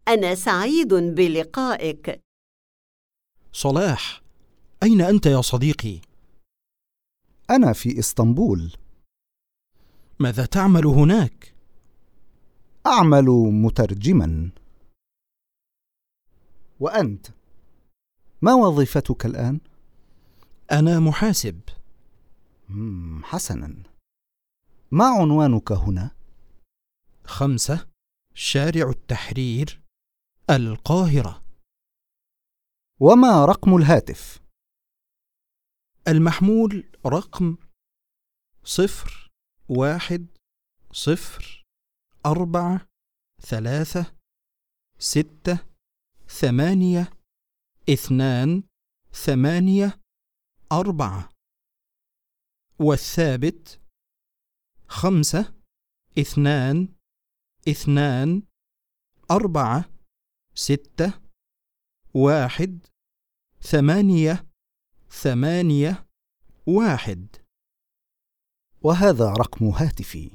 أنا سعيد بلقائك. صلاح، أين أنت يا صديقي؟ أنا في إسطنبول. ماذا تعمل هناك؟ أعمل مترجما. وأنت، ما وظيفتك الآن؟ أنا محاسب. حسنا، ما عنوانك هنا؟ 5 شارع التحرير، القاهرة. وما رقم الهاتف؟ المحمول رقم 01 0 1 3 6 8 2 8 4، والثابت 5 2 2 4 6 1 8 8 1. وهذا رقم هاتفي: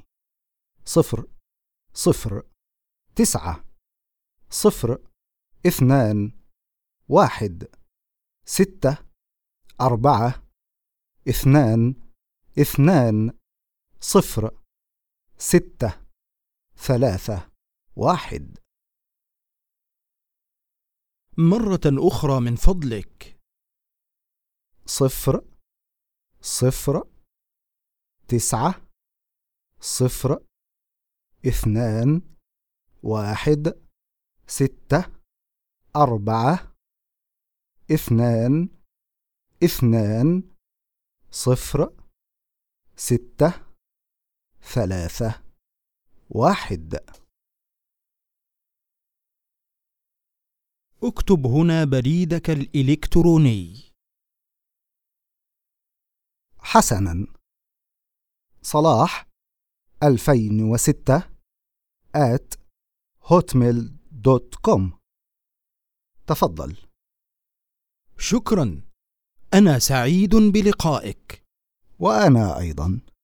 00 9 0 2 مرة أخرى من فضلك. 00 9 0 2 1 6 4 2 2 0 6 3 1. اكتب هنا بريدك الإلكتروني. حسناً، صلاح 2006 @hotmail.com. تفضل. شكراً، أنا سعيد بلقائك. وأنا أيضاً.